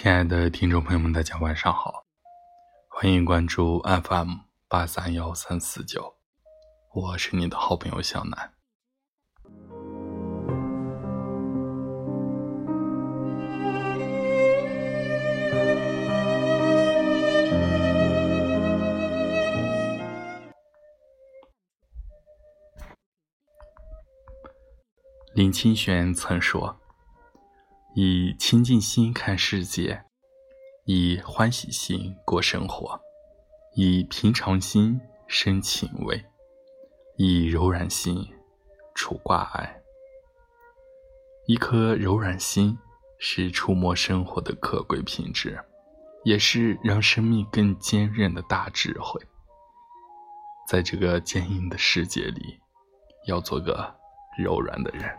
亲爱的听众朋友们，大家晚上好，欢迎关注 FM831349，我是你的好朋友小南。林清玄曾说，以清净心看世界，以欢喜心过生活，以平常心生情味，以柔软心除挂碍。一颗柔软心是触摸生活的可贵品质，也是让生命更坚韧的大智慧。在这个坚硬的世界里，要做个柔软的人。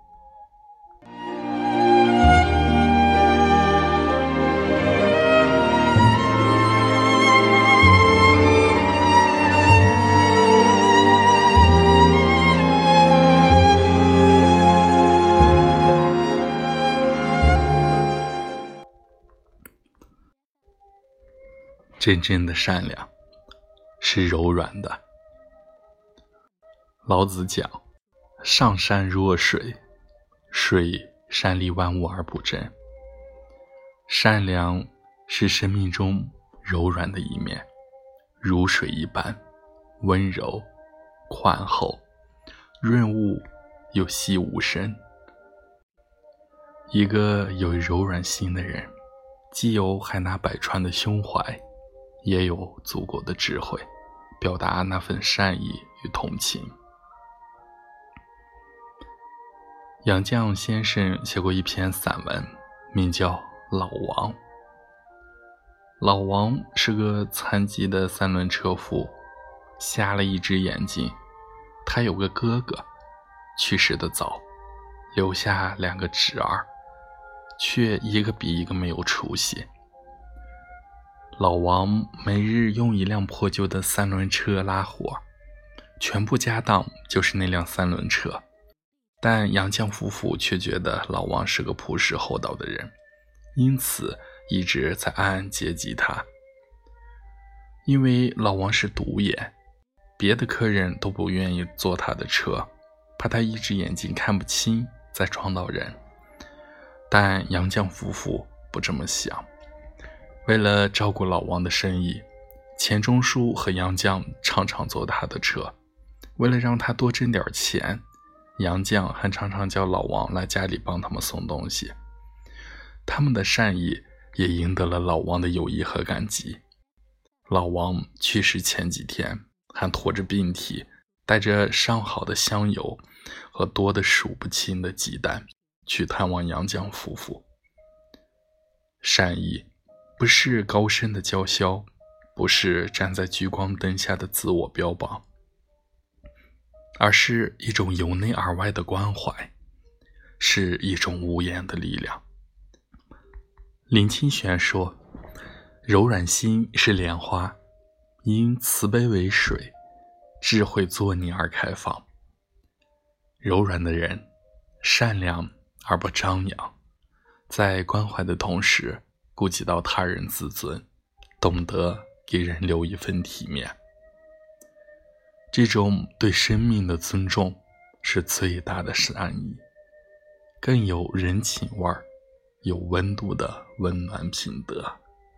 真正的善良是柔软的。老子讲，上善若水，水善利万物而不争。善良是生命中柔软的一面，如水一般，温柔、宽厚、润物又细无声。一个有柔软心的人，既有海纳百川的胸怀，也有足够的智慧，表达那份善意与同情。杨绛先生写过一篇散文，名叫《老王》。老王是个残疾的三轮车夫，瞎了一只眼睛。他有个哥哥，去世的早，留下2个侄儿，却一个比一个没有出息。老王每日用一辆破旧的三轮车拉活，全部家当就是那辆三轮车。但杨绛夫妇却觉得老王是个朴实厚道的人，因此一直在暗暗接济他。因为老王是独眼，别的客人都不愿意坐他的车，怕他一只眼睛看不清再撞到人。但杨绛夫妇不这么想，为了照顾老王的生意，钱钟书和杨绛常常坐他的车。为了让他多挣点钱，杨绛还常常叫老王来家里帮他们送东西。他们的善意也赢得了老王的友谊和感激。老王去世前几天，还拖着病体，带着上好的香油和多得数不清的鸡蛋去探望杨绛夫妇。善意不是高深的叫嚣，不是站在聚光灯下的自我标榜，而是一种由内而外的关怀，是一种无言的力量。林清玄说，柔软心是莲花，因慈悲为水，智慧作泥而开放。柔软的人，善良而不张扬，在关怀的同时顾及到他人自尊，懂得给人留一份体面。这种对生命的尊重是最大的善意，更有人情味儿，有温度的温暖品德。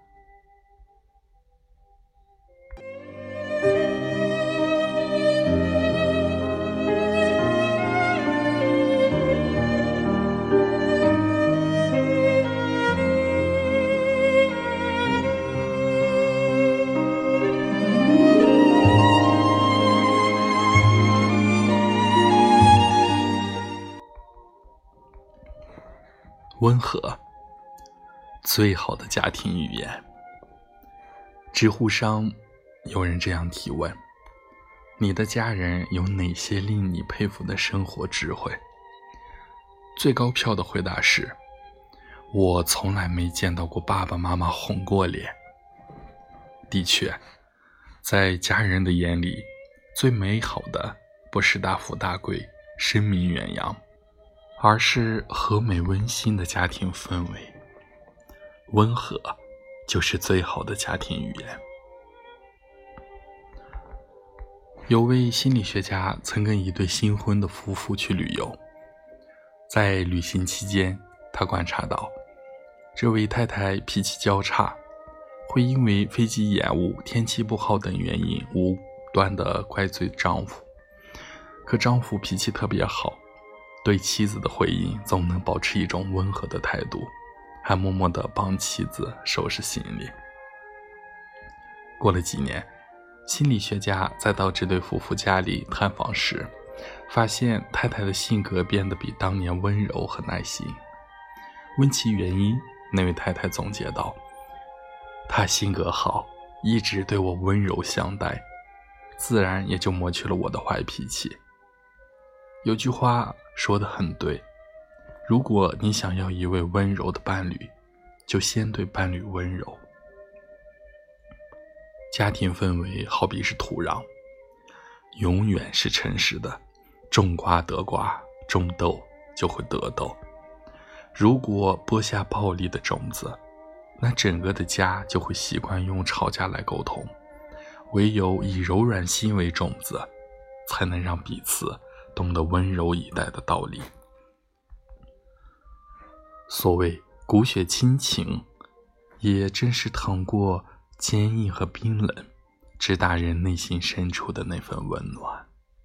温和，最好的家庭语言。知乎上有人这样提问，你的家人有哪些令你佩服的生活智慧？最高票的回答是，我从来没见到过爸爸妈妈红过脸。的确，在家人的眼里，最美好的不是大富大贵、声名远扬，而是和美温馨的家庭氛围。 温和就是最好的家庭语言。有位心理学家曾跟一对新婚的夫妇去旅游，在旅行期间，他观察到这位太太脾气较差，会因为飞机延误、天气不好等原因无端地怪罪丈夫。可丈夫脾气特别好，对妻子的回应总能保持一种温和的态度，还默默地帮妻子收拾行李。过了几年，心理学家再到这对夫妇家里探访时，发现太太的性格变得比当年温柔和耐心。问其原因，那位太太总结道：她性格好，一直对我温柔相待，自然也就磨去了我的坏脾气。有句话说得很对，如果你想要一位温柔的伴侣，就先对伴侣温柔。家庭氛围好比是土壤，永远是诚实的，种瓜得瓜，种豆就会得豆。如果播下暴力的种子，那整个的家就会习惯用吵架来沟通。唯有以柔软心为种子，才能让彼此懂得温柔以待的道理。所谓骨血亲情，也正是淌过坚硬和冰冷，直达人内心深处的那份温暖。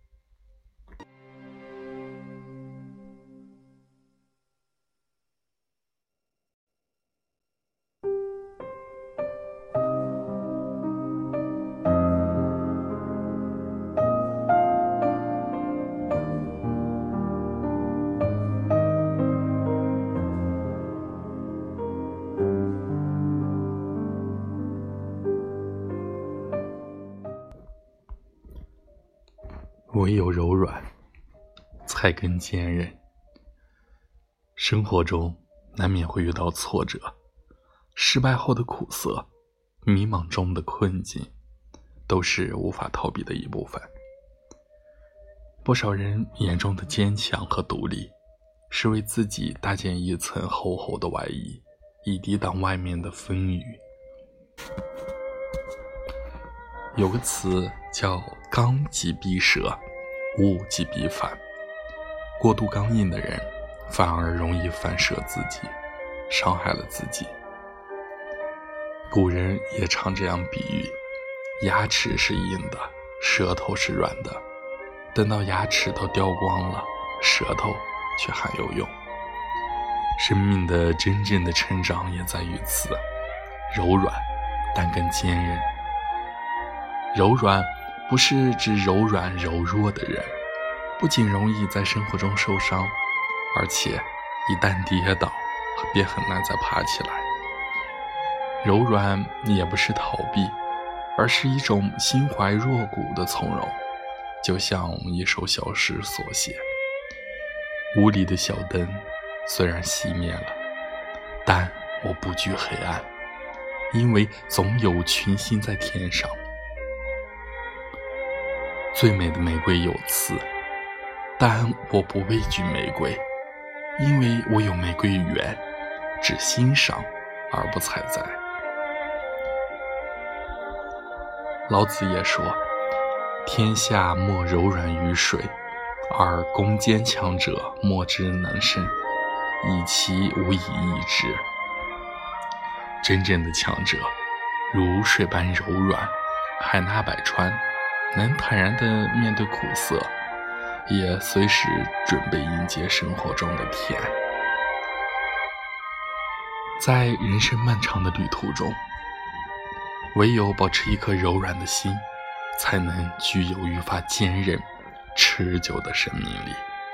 唯有柔软，才更坚韧。生活中难免会遇到挫折，失败后的苦涩，迷茫中的困境，都是无法逃避的一部分。不少人眼中的坚强和独立，是为自己搭建一层厚厚的外衣，以抵挡外面的风雨。有个词叫刚即必折，物即必反。过度刚硬的人反而容易反射自己，伤害了自己。古人也常这样比喻，牙齿是硬的，舌头是软的，等到牙齿都掉光了，舌头却还有用。生命的真正的成长也在于此，柔软但更坚韧。柔软不是指柔软柔弱的人，不仅容易在生活中受伤，而且一旦跌倒便很难再爬起来。柔软也不是逃避，而是一种心怀若谷的从容。就像一首小诗所写，屋里的小灯虽然熄灭了，但我不惧黑暗，因为总有群星在天上。最美的玫瑰有刺，但我不畏惧玫瑰，因为我有玫瑰园，只欣赏而不采摘。老子也说，天下莫柔软于水，而攻坚强者莫之能胜，以其无以易之。真正的强者如水般柔软，海纳百川，能坦然地面对苦涩，也随时准备迎接生活中的甜。在人生漫长的旅途中，唯有保持一颗柔软的心，才能具有愈发坚韧持久的生命力。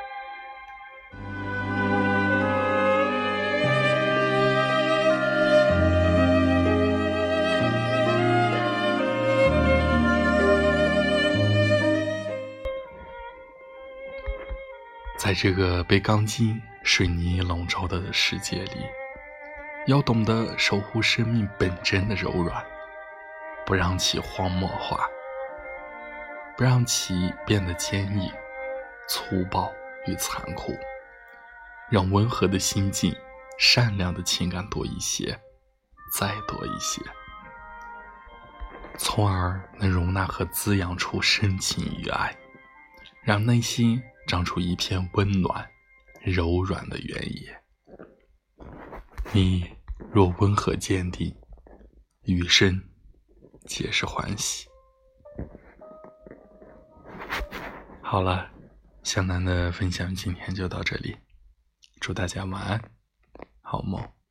在这个被钢筋水泥笼罩的世界里，要懂得守护生命本真的柔软，不让其荒漠化，不让其变得坚硬、粗暴与残酷，让温和的心境、善良的情感多一些， 再多一些，从而能容纳和滋养出深情与爱，让内心长出一片温暖柔软的原野。你若温和坚定，余生皆是欢喜。好了，向南的分享今天就到这里，祝大家晚安，好梦。